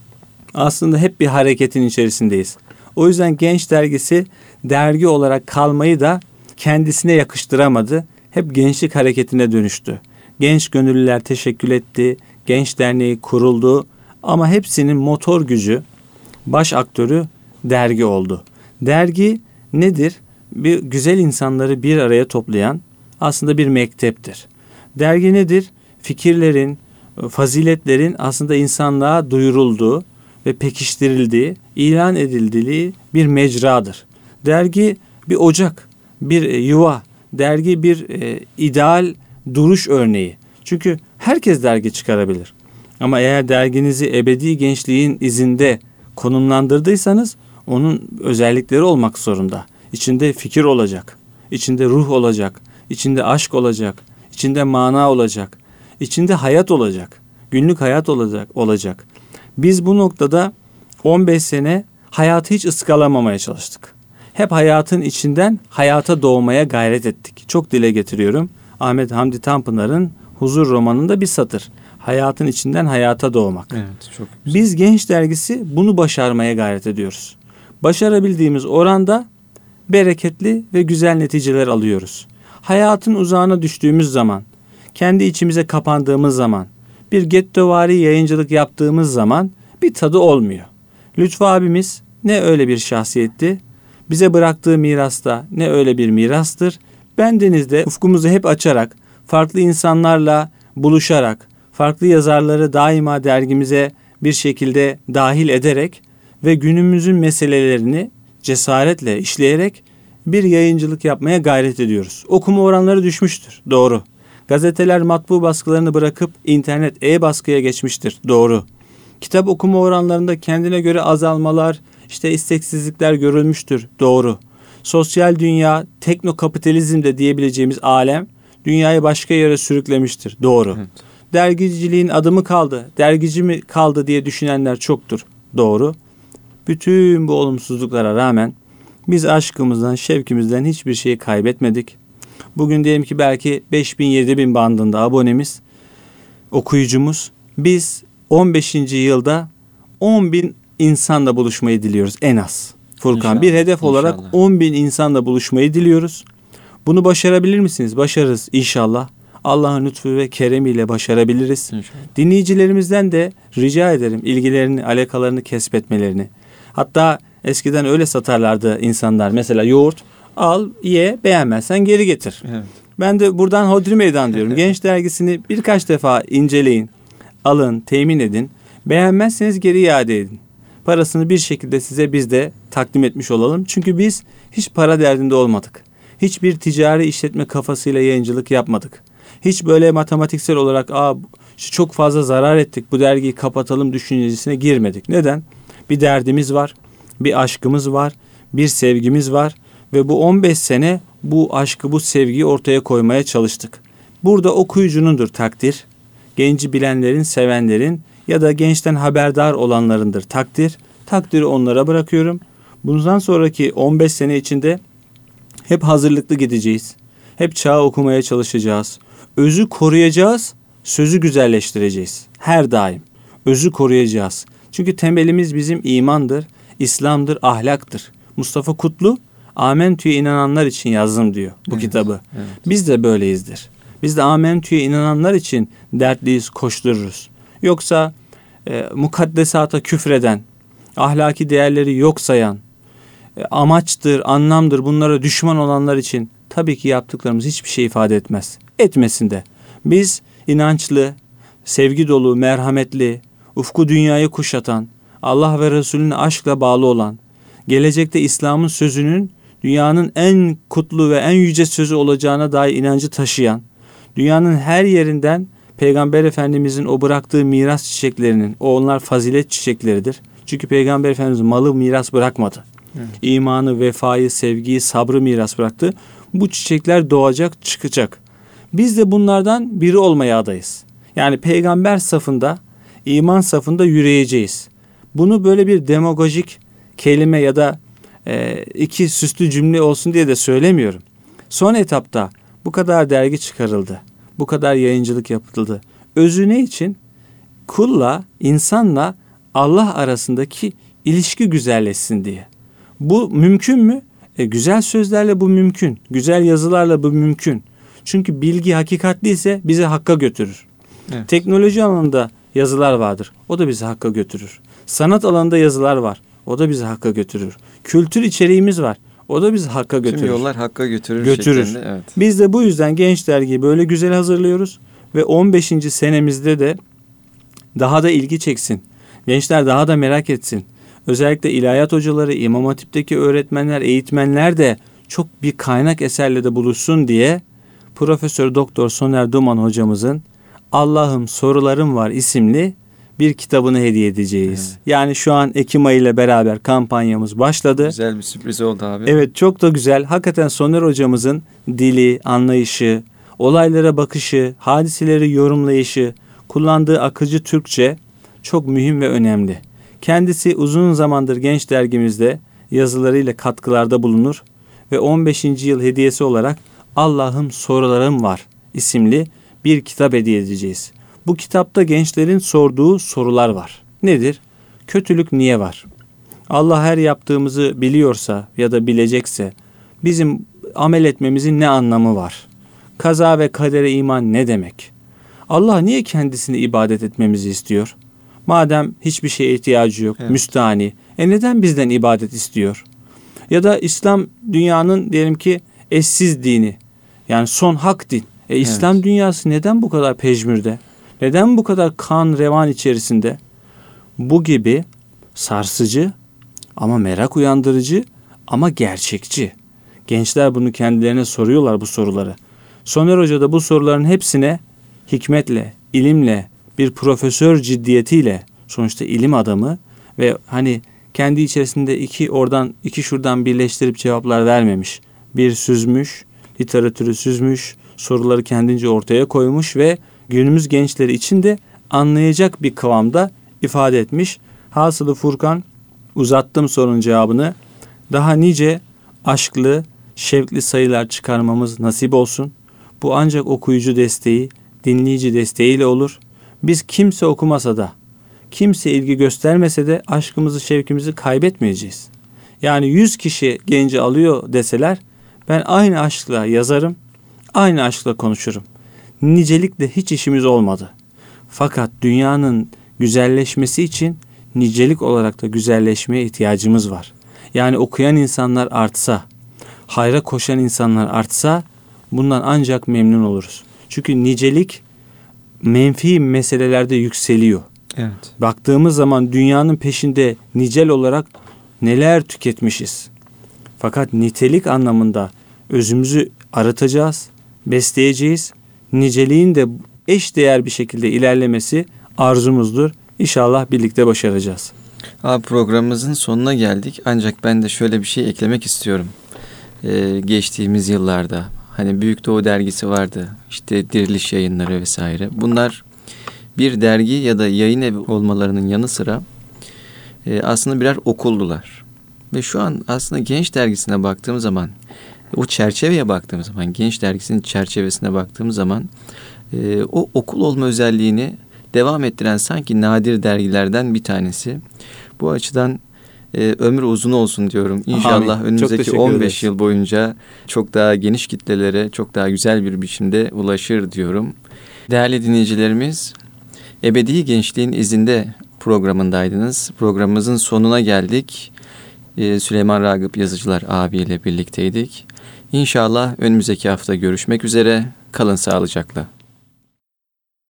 aslında hep bir hareketin içerisindeyiz. O yüzden Genç Dergisi dergi olarak kalmayı da kendisine yakıştıramadı. Hep gençlik hareketine dönüştü. Genç gönüllüler teşekkül etti, Genç Derneği kuruldu ama hepsinin motor gücü, baş aktörü dergi oldu. Dergi nedir? Bir güzel insanları bir araya toplayan aslında bir mekteptir. Dergi nedir? Fikirlerin, faziletlerin aslında insanlığa duyurulduğu ve pekiştirildiği, ilan edildiği bir mecradır. Dergi bir ocak, bir yuva, dergi bir e, ideal duruş örneği. Çünkü herkes dergi çıkarabilir. Ama eğer derginizi ebedi gençliğin izinde konumlandırdıysanız onun özellikleri olmak zorunda. İçinde fikir olacak, içinde ruh olacak, içinde aşk olacak, içinde mana olacak, içinde hayat olacak, günlük hayat olacak. olacak. Biz bu noktada on beş sene hayatı hiç ıskalamamaya çalıştık. Hep hayatın içinden hayata doğmaya gayret ettik. Çok dile getiriyorum. Ahmet Hamdi Tanpınar'ın Huzur romanında bir satır. Hayatın içinden hayata doğmak. Evet, çok güzel. Biz Genç Dergisi bunu başarmaya gayret ediyoruz. Başarabildiğimiz oranda bereketli ve güzel neticeler alıyoruz. Hayatın uzağına düştüğümüz zaman, kendi içimize kapandığımız zaman, bir gettovari yayıncılık yaptığımız zaman bir tadı olmuyor. Lütfü abimiz ne öyle bir şahsiyetti? Bize bıraktığı mirasta ne öyle bir mirastır. Bendenizde ufkumuzu hep açarak, farklı insanlarla buluşarak, farklı yazarları daima dergimize bir şekilde dahil ederek ve günümüzün meselelerini cesaretle işleyerek bir yayıncılık yapmaya gayret ediyoruz. Okuma oranları düşmüştür. Doğru. Gazeteler matbu baskılarını bırakıp internet e-baskıya geçmiştir. Doğru. Kitap okuma oranlarında kendine göre azalmalar, işte isteksizlikler görülmüştür. Doğru. Sosyal dünya, teknokapitalizm de diyebileceğimiz alem dünyayı başka yere sürüklemiştir. Doğru. Evet. Dergiciliğin adı mı kaldı, dergici mi kaldı diye düşünenler çoktur. Doğru. Bütün bu olumsuzluklara rağmen biz aşkımızdan, şevkimizden hiçbir şeyi kaybetmedik. Bugün diyelim ki belki beş bin yedi bin bandında abonemiz, okuyucumuz. Biz on beşinci yılda on bin insanla buluşmayı diliyoruz en az. Furkan, İnşallah. Bir hedef olarak İnşallah. on bin insanla buluşmayı diliyoruz. Bunu başarabilir misiniz? Başarırız inşallah. Allah'ın lütfu ve keremiyle başarabiliriz. İnşallah. Dinleyicilerimizden de rica ederim ilgilerini, alakalarını kesbetmelerini. Hatta eskiden öyle satarlardı insanlar. Mesela yoğurt al, ye, beğenmezsen geri getir. Evet. Ben de buradan hodri meydan diyorum. Genç dergisini birkaç defa inceleyin, alın, temin edin. Beğenmezseniz geri iade edin. Parasını bir şekilde size biz de takdim etmiş olalım. Çünkü biz hiç para derdinde olmadık. Hiçbir ticari işletme kafasıyla yayıncılık yapmadık. Hiç böyle matematiksel olarak Aa, çok fazla zarar ettik, bu dergiyi kapatalım düşüncesine girmedik. Neden? Bir derdimiz var, bir aşkımız var, bir sevgimiz var ve bu on beş sene bu aşkı, bu sevgiyi ortaya koymaya çalıştık. Burada okuyucunundur takdir, genci bilenlerin, sevenlerin ya da gençten haberdar olanlarındır takdir. Takdiri onlara bırakıyorum. Bundan sonraki on beş sene içinde hep hazırlıklı gideceğiz. Hep çağı okumaya çalışacağız. Özü koruyacağız, sözü güzelleştireceğiz. Her daim. Özü koruyacağız. Çünkü temelimiz bizim imandır, İslam'dır, ahlaktır. Mustafa Kutlu, Amentü'ye inananlar için yazdım diyor bu evet, kitabı. Evet. Biz de böyleyizdir. Biz de Amentü'ye inananlar için dertliyiz, koştururuz. Yoksa e, mukaddesata küfreden, ahlaki değerleri yok sayan, e, amaçtır, anlamdır bunlara düşman olanlar için tabii ki yaptıklarımız hiçbir şey ifade etmez. Etmesin de. Biz inançlı, sevgi dolu, merhametli, ufku dünyayı kuşatan, Allah ve Resulüne aşkla bağlı olan, gelecekte İslam'ın sözünün dünyanın en kutlu ve en yüce sözü olacağına dair inancı taşıyan, dünyanın her yerinden Peygamber Efendimizin o bıraktığı miras çiçeklerinin, o onlar fazilet çiçekleridir. Çünkü Peygamber Efendimiz malı miras bırakmadı. Evet. İmanı, vefayı, sevgiyi, sabrı miras bıraktı. Bu çiçekler doğacak, çıkacak. Biz de bunlardan biri olmaya adayız. Yani peygamber safında, iman safında yürüyeceğiz. Bunu böyle bir demagojik kelime ya da e, iki süslü cümle olsun diye de söylemiyorum. Son etapta bu kadar dergi çıkarıldı. Bu kadar yayıncılık yapıldı. Özü ne için? Kulla, insanla Allah arasındaki ilişki güzelleşsin diye. Bu mümkün mü? E, güzel sözlerle bu mümkün. Güzel yazılarla bu mümkün. Çünkü bilgi hakikatliyse bizi hakka götürür. Evet. Teknoloji alanında yazılar vardır. O da bizi hakka götürür. Sanat alanında yazılar var. O da bizi hakka götürür. Kültür içeriğimiz var. O da bizi hakka götürür. Tüm yollar hakka götürür. Götürür. Şeklinde, evet. Biz de bu yüzden Genç Dergi'yi böyle güzel hazırlıyoruz. Ve on beşinci senemizde de daha da ilgi çeksin. Gençler daha da merak etsin. Özellikle ilahiyat hocaları, İmam Hatip'teki öğretmenler, eğitmenler de çok bir kaynak eserle de buluşsun diye Profesör Doktor Soner Duman hocamızın Allah'ım Sorularım Var isimli bir kitabını hediye edeceğiz. Evet. Yani şu an Ekim ayı ile beraber kampanyamız başladı. Güzel bir sürpriz oldu abi. Evet, çok da güzel. Hakikaten Soner hocamızın dili, anlayışı, olaylara bakışı, hadiseleri yorumlayışı, kullandığı akıcı Türkçe çok mühim ve önemli. Kendisi uzun zamandır Genç Dergimizde yazılarıyla katkılarda bulunur ve on beşinci yıl hediyesi olarak Allah'ım Sorularım Var isimli bir kitap hediye edeceğiz. Bu kitapta gençlerin sorduğu sorular var. Nedir? Kötülük niye var? Allah her yaptığımızı biliyorsa ya da bilecekse bizim amel etmemizin ne anlamı var? Kaza ve kadere iman ne demek? Allah niye kendisine ibadet etmemizi istiyor? Madem hiçbir şeye ihtiyacı yok, evet. müstahni. E neden bizden ibadet istiyor? Ya da İslam dünyanın diyelim ki eşsiz dini. Yani son hak din. E İslam Evet. dünyası neden bu kadar pejmürde? Neden bu kadar kan revan içerisinde? Bu gibi sarsıcı ama merak uyandırıcı ama gerçekçi. Gençler bunu kendilerine soruyorlar, bu soruları. Soner Hoca da bu soruların hepsine hikmetle, ilimle, bir profesör ciddiyetiyle, sonuçta ilim adamı ve hani kendi içerisinde iki oradan iki şuradan birleştirip cevaplar vermemiş. Bir süzmüş, literatürü süzmüş, soruları kendince ortaya koymuş ve günümüz gençleri için de anlayacak bir kıvamda ifade etmiş. Hasılı Furkan, uzattım sorunun cevabını. Daha nice aşklı, şevkli sayılar çıkarmamız nasip olsun. Bu ancak okuyucu desteği, dinleyici desteğiyle olur. Biz kimse okumasa da, kimse ilgi göstermese de aşkımızı, şevkimizi kaybetmeyeceğiz. Yani yüz kişi genci alıyor deseler, ben aynı aşkla yazarım, aynı aşkla konuşurum. Nicelikle hiç işimiz olmadı. Fakat dünyanın güzelleşmesi için nicelik olarak da güzelleşmeye ihtiyacımız var. Yani okuyan insanlar artsa, hayra koşan insanlar artsa bundan ancak memnun oluruz. Çünkü nicelik menfi meselelerde yükseliyor. Evet. Baktığımız zaman dünyanın peşinde nicel olarak neler tüketmişiz. Fakat nitelik anlamında özümüzü aratacağız, besleyeceğiz. Niceliğin de eşdeğer bir şekilde ilerlemesi arzumuzdur. İnşallah birlikte başaracağız. Abi programımızın sonuna geldik. Ancak ben de şöyle bir şey eklemek istiyorum. Ee, geçtiğimiz yıllarda hani Büyük Doğu dergisi vardı. İşte Diriliş Yayınları vesaire. Bunlar bir dergi ya da yayın evi olmalarının yanı sıra e, aslında birer okuldular. Ve şu an aslında Genç Dergisi'ne baktığım zaman, o çerçeveye baktığım zaman, Genç Dergisi'nin çerçevesine baktığım zaman e, o okul olma özelliğini devam ettiren sanki nadir dergilerden bir tanesi. Bu açıdan e, ömrü uzun olsun diyorum. İnşallah Amin. önümüzdeki Çok on beş ederiz. yıl boyunca çok daha geniş kitlelere, çok daha güzel bir biçimde ulaşır diyorum. Değerli dinleyicilerimiz, Ebedi Gençliğin İzinde programındaydınız. Programımızın sonuna geldik. Ee, Süleyman Ragıp Yazıcılar abiyle birlikteydik. İnşallah önümüzdeki hafta görüşmek üzere. Kalın sağlıcakla.